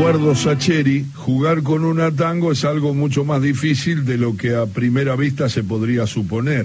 Eduardo Sacheri, jugar con una tango es algo mucho más difícil de lo que a primera vista se podría suponer.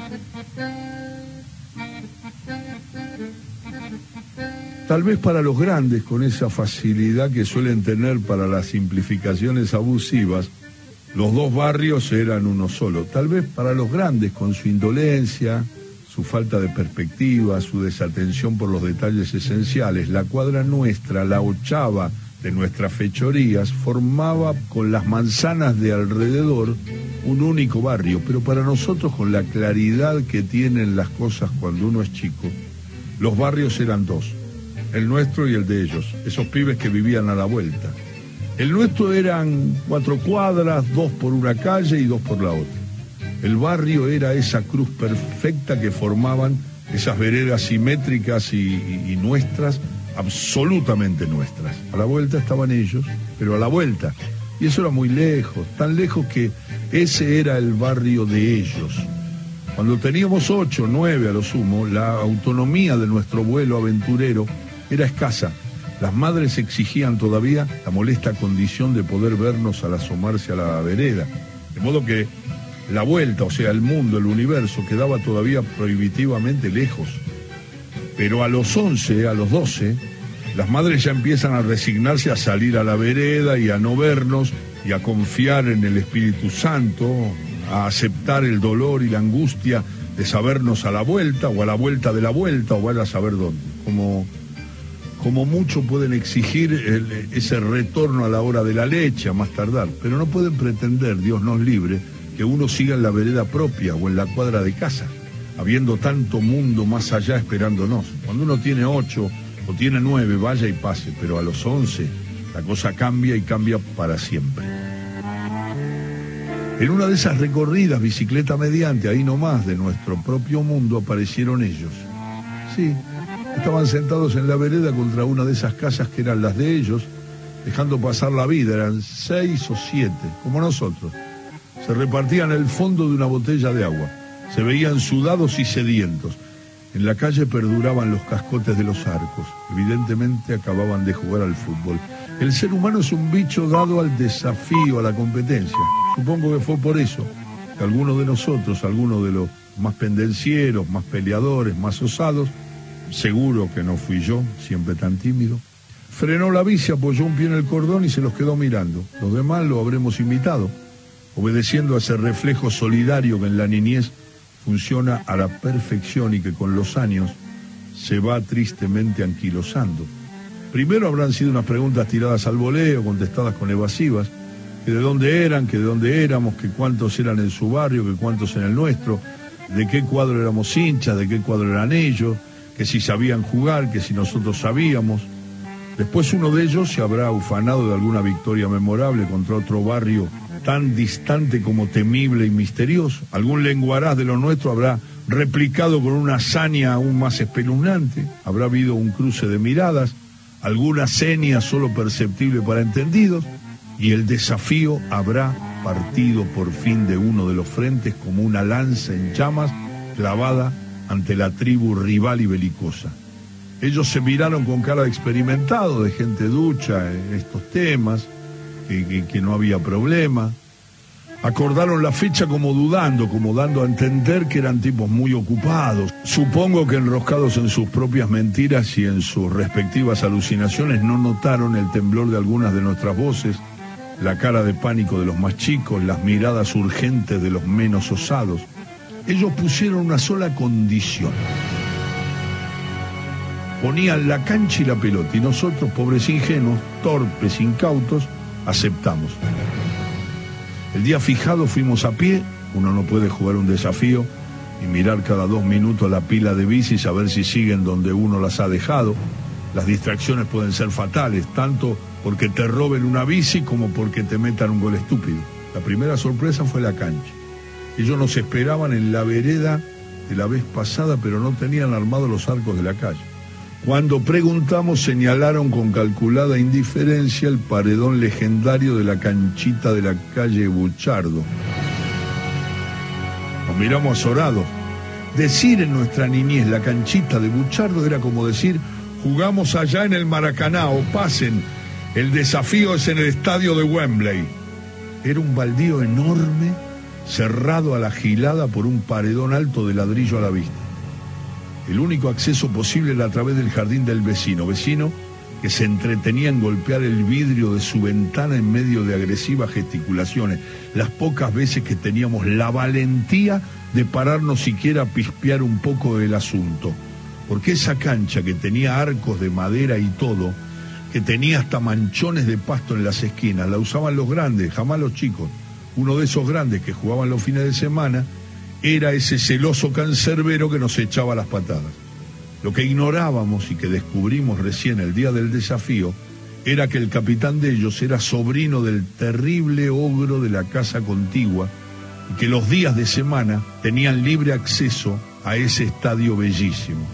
Tal vez para los grandes, con esa facilidad que suelen tener para las simplificaciones abusivas, los dos barrios eran uno solo. Tal vez para los grandes, con su indolencia, su falta de perspectiva, su desatención por los detalles esenciales, la cuadra nuestra, la ochava de nuestras fechorías, formaba con las manzanas de alrededor un único barrio, pero para nosotros, con la claridad que tienen las cosas cuando uno es chico, los barrios eran dos, el nuestro y el de ellos, esos pibes que vivían a la vuelta. El nuestro eran 4 cuadras, 2 por una calle y 2 por la otra. El barrio era esa cruz perfecta que formaban esas veredas simétricas y nuestras, absolutamente nuestras. A la vuelta estaban ellos, pero a la vuelta. Y eso era muy lejos, tan lejos que ese era el barrio de ellos. Cuando teníamos 8, 9 a lo sumo, la autonomía de nuestro vuelo aventurero era escasa. Las madres exigían todavía la molesta condición de poder vernos al asomarse a la vereda. De modo que la vuelta, o sea, el mundo, el universo, quedaba todavía prohibitivamente lejos. Pero a los 11, a los 12, las madres ya empiezan a resignarse a salir a la vereda y a no vernos y a confiar en el Espíritu Santo, a aceptar el dolor y la angustia de sabernos a la vuelta o a la vuelta de la vuelta o vaya a saber dónde. Como mucho pueden exigir ese retorno a la hora de la leche, a más tardar, pero no pueden pretender, Dios nos libre, que uno siga en la vereda propia o en la cuadra de casa, habiendo tanto mundo más allá esperándonos. Cuando uno tiene 8 o tiene 9, vaya y pase, pero a los 11 la cosa cambia y cambia para siempre. En una de esas recorridas, bicicleta mediante, ahí nomás de nuestro propio mundo, aparecieron ellos. Sí, estaban sentados en la vereda contra una de esas casas que eran las de ellos, dejando pasar la vida. Eran 6 o 7, como nosotros. Se repartían el fondo de una botella de agua. Se veían sudados y sedientos. En la calle perduraban los cascotes de los arcos. Evidentemente acababan de jugar al fútbol. El ser humano es un bicho dado al desafío, a la competencia. Supongo que fue por eso que algunos de nosotros, algunos de los más pendencieros, más peleadores, más osados, seguro que no fui yo, siempre tan tímido, frenó la bici, apoyó un pie en el cordón y se los quedó mirando. Los demás lo habremos imitado, obedeciendo a ese reflejo solidario que en la niñez funciona a la perfección y que con los años se va tristemente anquilosando. Primero habrán sido unas preguntas tiradas al voleo, contestadas con evasivas, que de dónde eran, que de dónde éramos, que cuántos eran en su barrio, que cuántos en el nuestro, de qué cuadro éramos hinchas, de qué cuadro eran ellos, que si sabían jugar, que si nosotros sabíamos. Después uno de ellos se habrá ufanado de alguna victoria memorable contra otro barrio tan distante como temible y misterioso. Algún lenguaraz de lo nuestro habrá replicado con una hazaña aún más espeluznante. Habrá habido un cruce de miradas, alguna seña solo perceptible para entendidos, y el desafío habrá partido por fin de uno de los frentes como una lanza en llamas clavada ante la tribu rival y belicosa. Ellos se miraron con cara de experimentado, de gente ducha en estos temas, que no había problema. Acordaron la fecha como dudando, como dando a entender que eran tipos muy ocupados. Supongo que enroscados en sus propias mentiras y en sus respectivas alucinaciones no notaron el temblor de algunas de nuestras voces, la cara de pánico de los más chicos, las miradas urgentes de los menos osados. Ellos pusieron una sola condición. Ponían la cancha y la pelota, y nosotros, pobres ingenuos, torpes, incautos, aceptamos. El día fijado fuimos a pie. Uno no puede jugar un desafío y mirar cada 2 minutos la pila de bicis a ver si siguen donde uno las ha dejado. Las distracciones pueden ser fatales, tanto porque te roben una bici como porque te metan un gol estúpido. La primera sorpresa fue la cancha. Ellos nos esperaban en la vereda de la vez pasada, pero no tenían armados los arcos de la calle. Cuando preguntamos, señalaron con calculada indiferencia el paredón legendario de la canchita de la calle Buchardo. Nos miramos azorados. Decir en nuestra niñez la canchita de Buchardo era como decir, jugamos allá en el Maracaná o pasen. El desafío es en el estadio de Wembley. Era un baldío enorme, cerrado a la gilada por un paredón alto de ladrillo a la vista. El único acceso posible era a través del jardín del vecino que se entretenía en golpear el vidrio de su ventana en medio de agresivas gesticulaciones, las pocas veces que teníamos la valentía de pararnos siquiera a pispear un poco del asunto, porque esa cancha que tenía arcos de madera y todo, que tenía hasta manchones de pasto en las esquinas, la usaban los grandes, jamás los chicos. Uno de esos grandes que jugaban los fines de semana era ese celoso cancerbero que nos echaba las patadas. Lo que ignorábamos y que descubrimos recién el día del desafío era que el capitán de ellos era sobrino del terrible ogro de la casa contigua y que los días de semana tenían libre acceso a ese estadio bellísimo.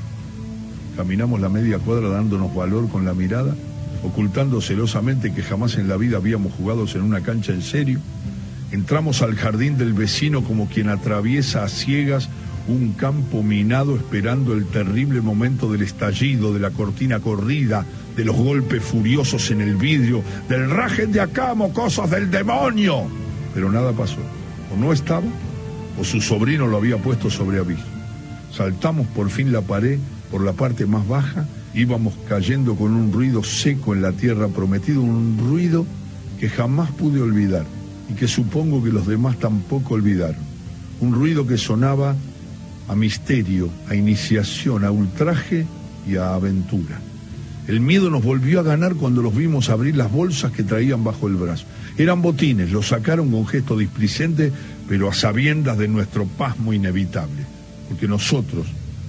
Caminamos la media cuadra dándonos valor con la mirada, ocultando celosamente que jamás en la vida habíamos jugado en una cancha en serio. Entramos al jardín del vecino como quien atraviesa a ciegas un campo minado esperando el terrible momento del estallido, de la cortina corrida, de los golpes furiosos en el vidrio, del rajen de acá, mocosos del demonio. Pero nada pasó. O no estaba, o su sobrino lo había puesto sobre aviso. Saltamos por fin la pared por la parte más baja, íbamos cayendo con un ruido seco en la tierra prometida, un ruido que jamás pude olvidar y que supongo que los demás tampoco olvidaron. Un ruido que sonaba a misterio, a iniciación, a ultraje y a aventura. El miedo nos volvió a ganar cuando los vimos abrir las bolsas que traían bajo el brazo. Eran botines, los sacaron con gesto displicente, pero a sabiendas de nuestro pasmo inevitable. Porque nosotros,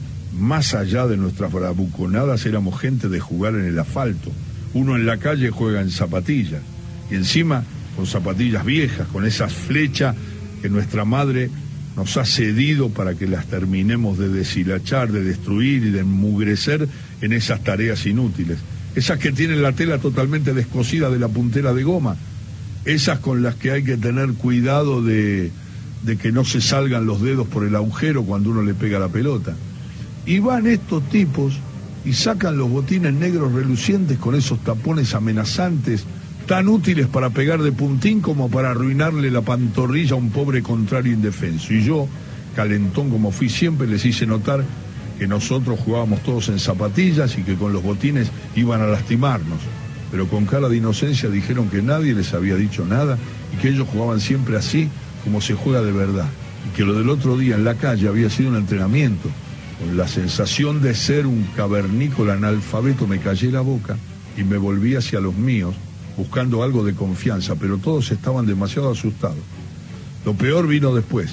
más allá de nuestras bravuconadas, éramos gente de jugar en el asfalto. Uno en la calle juega en zapatillas, y encima con zapatillas viejas, con esas flechas que nuestra madre nos ha cedido para que las terminemos de deshilachar, de destruir y de enmugrecer en esas tareas inútiles. Esas que tienen la tela totalmente descosida de la puntera de goma. Esas con las que hay que tener cuidado de que no se salgan los dedos por el agujero cuando uno le pega la pelota. Y van estos tipos y sacan los botines negros relucientes con esos tapones amenazantes, tan útiles para pegar de puntín como para arruinarle la pantorrilla a un pobre contrario indefenso. Y yo, calentón como fui siempre, les hice notar que nosotros jugábamos todos en zapatillas y que con los botines iban a lastimarnos. Pero con cara de inocencia dijeron que nadie les había dicho nada y que ellos jugaban siempre así como se juega de verdad. Y que lo del otro día en la calle había sido un entrenamiento. Con la sensación de ser un cavernícola analfabeto me callé la boca y me volví hacia los míos, buscando algo de confianza, pero todos estaban demasiado asustados. Lo peor vino después.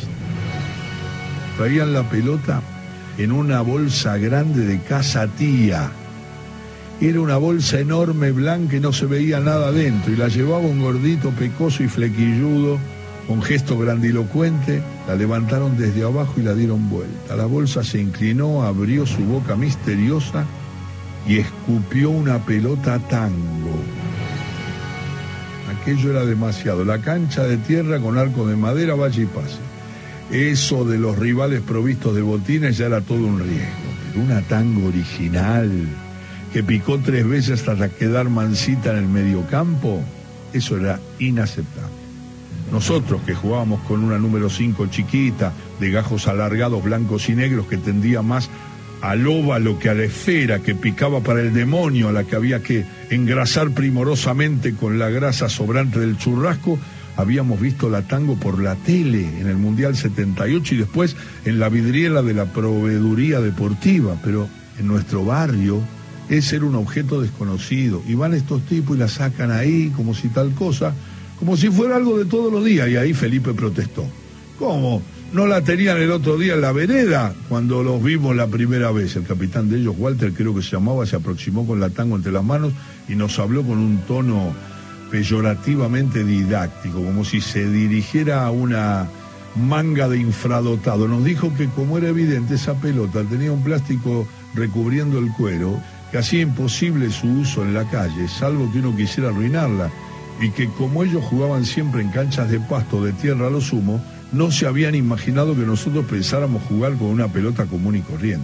Traían la pelota en una bolsa grande de casa tía. Era una bolsa enorme, blanca, y no se veía nada adentro, y la llevaba un gordito pecoso y flequilludo, con gesto grandilocuente. La levantaron desde abajo y la dieron vuelta. La bolsa se inclinó, abrió su boca misteriosa y escupió una pelota tango. Aquello era demasiado. La cancha de tierra con arco de madera, vaya y pase. Eso de los rivales provistos de botines ya era todo un riesgo. Pero una tango original que picó 3 veces hasta quedar mansita en el mediocampo, eso era inaceptable. Nosotros, que jugábamos con una número 5 chiquita, de gajos alargados blancos y negros, que tendía más al óvalo que a la esfera, que picaba para el demonio, a la que había que engrasar primorosamente con la grasa sobrante del churrasco, habíamos visto la tango por la tele en el Mundial 78 y después en la vidriera de la proveeduría deportiva, pero en nuestro barrio ese era un objeto desconocido. Y van estos tipos y la sacan ahí como si tal cosa, como si fuera algo de todos los días. Y ahí Felipe protestó. ¿Cómo? ¿No la tenían el otro día en la vereda? Cuando los vimos la primera vez, el capitán de ellos, Walter, creo que se llamaba, se aproximó con la tango entre las manos y nos habló con un tono peyorativamente didáctico, como si se dirigiera a una manga de infradotado. Nos dijo que, como era evidente, esa pelota tenía un plástico recubriendo el cuero que hacía imposible su uso en la calle, salvo que uno quisiera arruinarla, y que como ellos jugaban siempre en canchas de pasto, de tierra a lo sumo, no se habían imaginado que nosotros pensáramos jugar con una pelota común y corriente.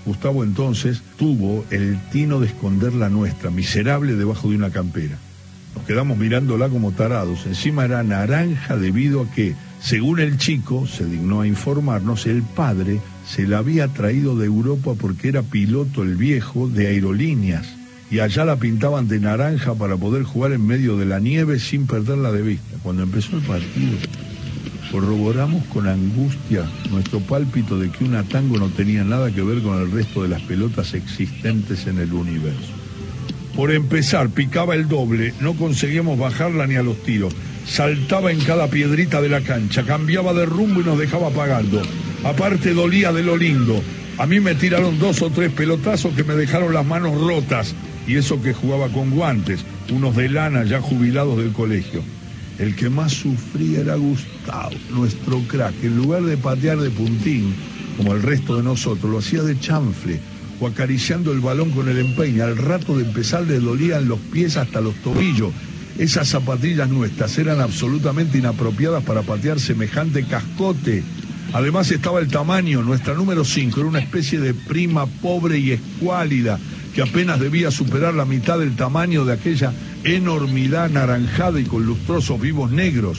Gustavo entonces tuvo el tino de esconder la nuestra, miserable, debajo de una campera. Nos quedamos mirándola como tarados. Encima era naranja debido a que, según el chico, se dignó a informarnos, el padre se la había traído de Europa porque era piloto el viejo de aerolíneas. Y allá la pintaban de naranja para poder jugar en medio de la nieve sin perderla de vista. Cuando empezó el partido, corroboramos con angustia nuestro pálpito de que una Tango no tenía nada que ver con el resto de las pelotas existentes en el universo. Por empezar, picaba el doble, no conseguíamos bajarla ni a los tiros. Saltaba en cada piedrita de la cancha, cambiaba de rumbo y nos dejaba pagando. Aparte dolía de lo lindo. A mí me tiraron 2 o 3 pelotazos que me dejaron las manos rotas. Y eso que jugaba con guantes, unos de lana ya jubilados del colegio. El que más sufría era Gustavo, nuestro crack. En lugar de patear de puntín, como el resto de nosotros, lo hacía de chanfle o acariciando el balón con el empeine. Al rato de empezar le dolían los pies hasta los tobillos. Esas zapatillas nuestras eran absolutamente inapropiadas para patear semejante cascote. Además estaba el tamaño. Nuestra número 5 era una especie de prima pobre y escuálida que apenas debía superar la mitad del tamaño de aquella enormidad anaranjada y con lustrosos vivos negros.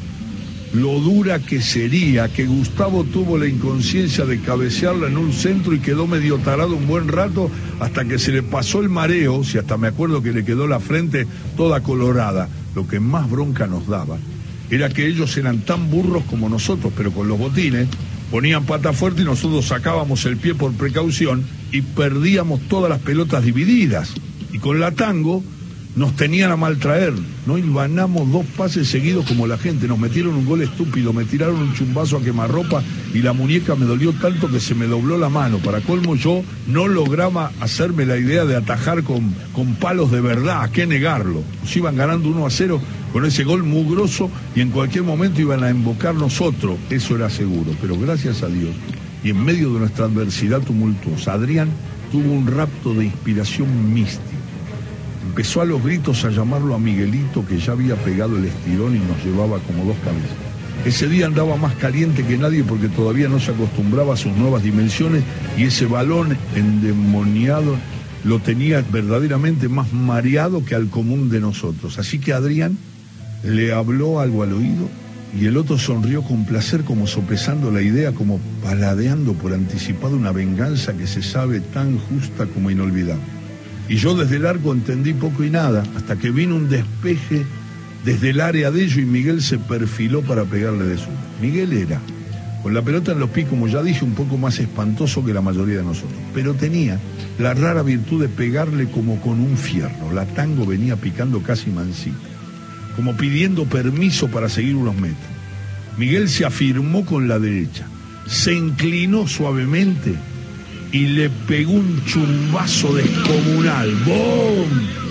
Lo dura que sería que Gustavo tuvo la inconsciencia de cabecearla en un centro y quedó medio tarado un buen rato hasta que se le pasó el mareo, si hasta me acuerdo que le quedó la frente toda colorada. Lo que más bronca nos daba era que ellos eran tan burros como nosotros, pero con los botines ponían pata fuerte y nosotros sacábamos el pie por precaución y perdíamos todas las pelotas divididas. Y con la Tango nos tenían a maltraer. No hilvanamos 2 pases seguidos como la gente. Nos metieron un gol estúpido, me tiraron un chumbazo a quemarropa y la muñeca me dolió tanto que se me dobló la mano. Para colmo, yo no lograba hacerme la idea de atajar con palos de verdad. ¿A qué negarlo? Nos iban ganando 1-0 con ese gol mugroso y en cualquier momento iban a embocarnos otro. Eso era seguro. Pero gracias a Dios, y en medio de nuestra adversidad tumultuosa, Adrián tuvo un rapto de inspiración mística. Empezó a los gritos a llamarlo a Miguelito, que ya había pegado el estirón y nos llevaba como 2 cabezas. Ese día andaba más caliente que nadie porque todavía no se acostumbraba a sus nuevas dimensiones y ese balón endemoniado lo tenía verdaderamente más mareado que al común de nosotros. Así que Adrián le habló algo al oído y el otro sonrió con placer, como sopesando la idea, como paladeando por anticipado una venganza que se sabe tan justa como inolvidable. Y yo desde el arco entendí poco y nada, hasta que vino un despeje desde el área de ellos y Miguel se perfiló para pegarle de zurda. Miguel era, con la pelota en los pies, como ya dije, un poco más espantoso que la mayoría de nosotros, pero tenía la rara virtud de pegarle como con un fierro. La Tango venía picando casi mansita, como pidiendo permiso para seguir unos metros. Miguel se afirmó con la derecha, se inclinó suavemente y le pegó un chumbazo descomunal. ¡Bom!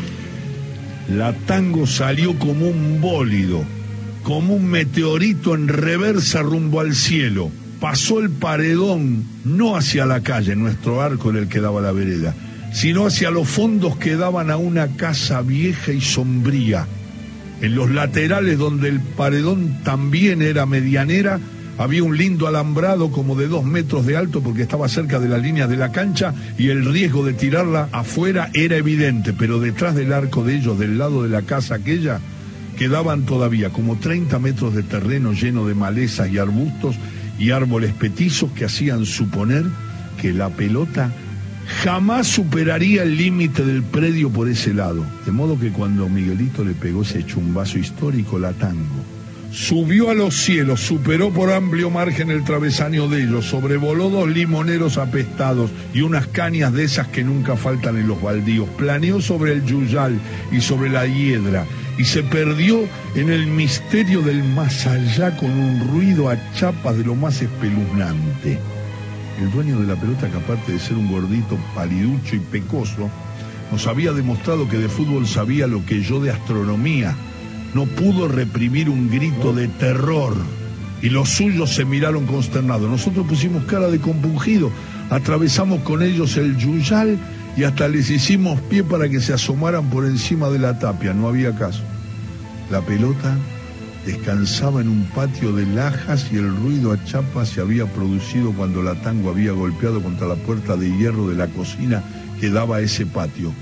La Tango salió como un bólido, como un meteorito en reversa rumbo al cielo. Pasó el paredón, no hacia la calle, nuestro arco era el que daba la vereda, sino hacia los fondos que daban a una casa vieja y sombría. En los laterales, donde el paredón también era medianera, había un lindo alambrado como de 2 metros de alto porque estaba cerca de las líneas de la cancha y el riesgo de tirarla afuera era evidente, pero detrás del arco de ellos, del lado de la casa aquella, quedaban todavía como 30 metros de terreno lleno de malezas y arbustos y árboles petizos que hacían suponer que la pelota jamás superaría el límite del predio por ese lado. De modo que cuando Miguelito le pegó ese chumbazo histórico, la Tango subió a los cielos, superó por amplio margen el travesaño de ellos, sobrevoló 2 limoneros apestados y unas cañas de esas que nunca faltan en los baldíos, planeó sobre el Yuyal y sobre la Hiedra y se perdió en el misterio del más allá con un ruido a chapas de lo más espeluznante. El dueño de la pelota, que aparte de ser un gordito paliducho y pecoso, nos había demostrado que de fútbol sabía lo que yo de astronomía. No pudo reprimir un grito de terror y los suyos se miraron consternados. Nosotros pusimos cara de compungido, atravesamos con ellos el Yuyal y hasta les hicimos pie para que se asomaran por encima de la tapia. No había caso. La pelota descansaba en un patio de lajas y el ruido a chapa se había producido cuando la tango había golpeado contra la puerta de hierro de la cocina que daba a ese patio.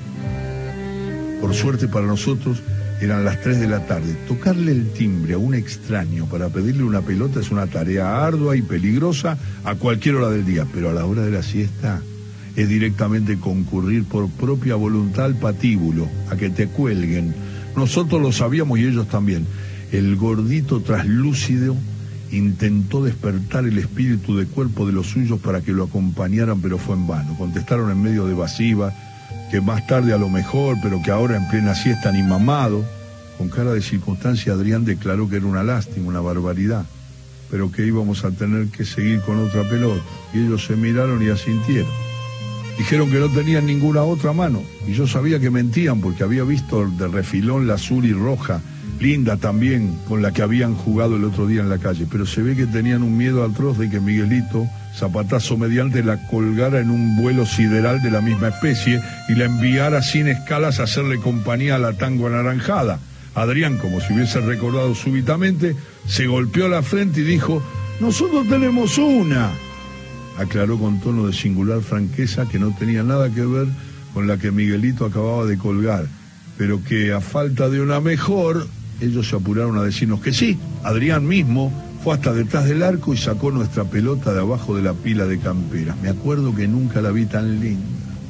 Por suerte para nosotros, eran las 3 de la tarde. Tocarle el timbre a un extraño para pedirle una pelota es una tarea ardua y peligrosa a cualquier hora del día, pero a la hora de la siesta es directamente concurrir por propia voluntad al patíbulo, a que te cuelguen. Nosotros lo sabíamos y ellos también. El gordito traslúcido intentó despertar el espíritu de cuerpo de los suyos para que lo acompañaran, pero fue en vano. Contestaron en medio de evasiva, que más tarde a lo mejor, pero que ahora en plena siesta ni mamado. Con cara de circunstancia Adrián declaró que era una lástima, una barbaridad, pero que íbamos a tener que seguir con otra pelota. Y ellos se miraron y asintieron. Dijeron que no tenían ninguna otra mano, y yo sabía que mentían porque había visto de refilón la azul y roja, linda también, con la que habían jugado el otro día en la calle, pero se ve que tenían un miedo atroz de que Miguelito, zapatazo mediante, la colgara en un vuelo sideral de la misma especie y la enviara sin escalas a hacerle compañía a la tango anaranjada. Adrián, como si hubiese recordado súbitamente, se golpeó la frente y dijo: «Nosotros tenemos una». Aclaró con tono de singular franqueza que no tenía nada que ver con la que Miguelito acababa de colgar, pero que a falta de una mejor, ellos se apuraron a decirnos que sí. Adrián mismo fue hasta detrás del arco y sacó nuestra pelota de abajo de la pila de camperas. Me acuerdo que nunca la vi tan linda,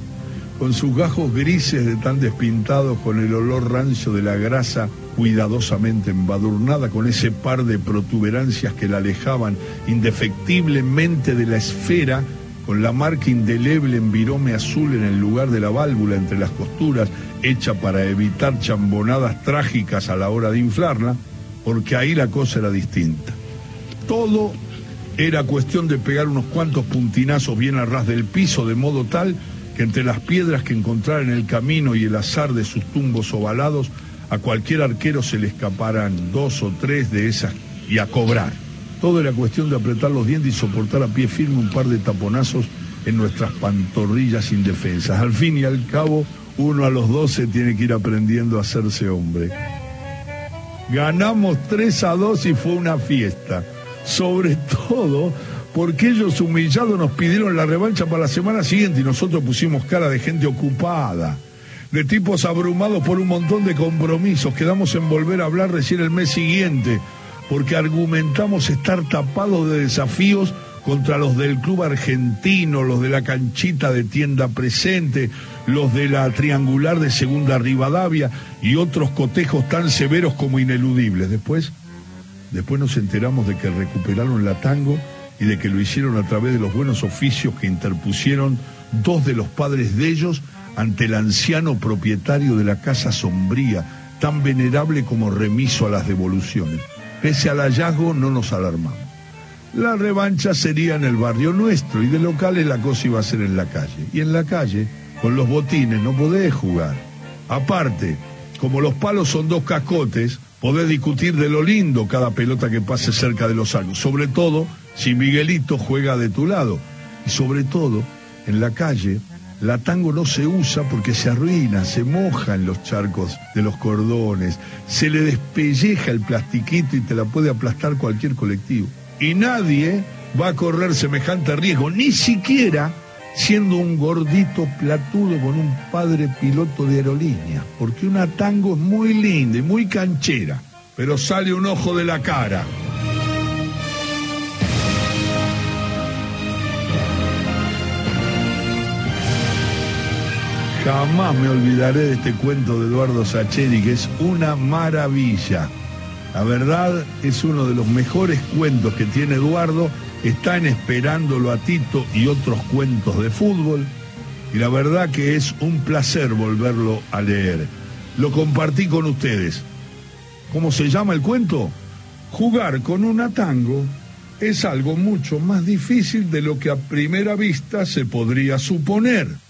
con sus gajos grises de tan despintados, con el olor rancio de la grasa cuidadosamente embadurnada, con ese par de protuberancias que la alejaban indefectiblemente de la esfera, con la marca indeleble en virome azul en el lugar de la válvula entre las costuras, hecha para evitar chambonadas trágicas a la hora de inflarla, porque ahí la cosa era distinta. Todo era cuestión de pegar unos cuantos puntinazos bien a ras del piso, de modo tal que entre las piedras que encontrara en el camino y el azar de sus tumbos ovalados, a cualquier arquero se le escaparan 2 o 3 de esas y a cobrar. Todo era cuestión de apretar los dientes y soportar a pie firme un par de taponazos en nuestras pantorrillas indefensas. Al fin y al cabo, uno a los 12 tiene que ir aprendiendo a hacerse hombre. Ganamos 3-2 y fue una fiesta. Sobre todo porque ellos, humillados, nos pidieron la revancha para la semana siguiente y nosotros pusimos cara de gente ocupada, de tipos abrumados por un montón de compromisos. Quedamos en volver a hablar recién el mes siguiente, porque argumentamos estar tapados de desafíos contra los del club argentino, los de la canchita de tienda presente, los de la triangular de Segunda Rivadavia y otros cotejos tan severos como ineludibles. Después nos enteramos de que recuperaron la tango y de que lo hicieron a través de los buenos oficios que interpusieron 2 de los padres de ellos ante el anciano propietario de la Casa Sombría, tan venerable como remiso a las devoluciones. Pese al hallazgo, no nos alarmamos. La revancha sería en el barrio nuestro y de locales la cosa iba a ser en la calle. Y en la calle, con los botines, no podés jugar. Aparte, como los palos son 2 cascotes, podés discutir de lo lindo cada pelota que pase cerca de los arcos. Sobre todo, si Miguelito juega de tu lado. Y sobre todo, en la calle, la tango no se usa porque se arruina, se moja en los charcos de los cordones, se le despelleja el plastiquito y te la puede aplastar cualquier colectivo. Y nadie va a correr semejante riesgo, ni siquiera siendo un gordito platudo con un padre piloto de aerolínea, porque una tango es muy linda y muy canchera, pero sale un ojo de la cara. Jamás me olvidaré de este cuento de Eduardo Sacheri, que es una maravilla. La verdad, es uno de los mejores cuentos que tiene Eduardo. Está en Esperándolo a Tito y otros cuentos de fútbol. Y la verdad que es un placer volverlo a leer. Lo compartí con ustedes. ¿Cómo se llama el cuento? Jugar con una tango es algo mucho más difícil de lo que a primera vista se podría suponer.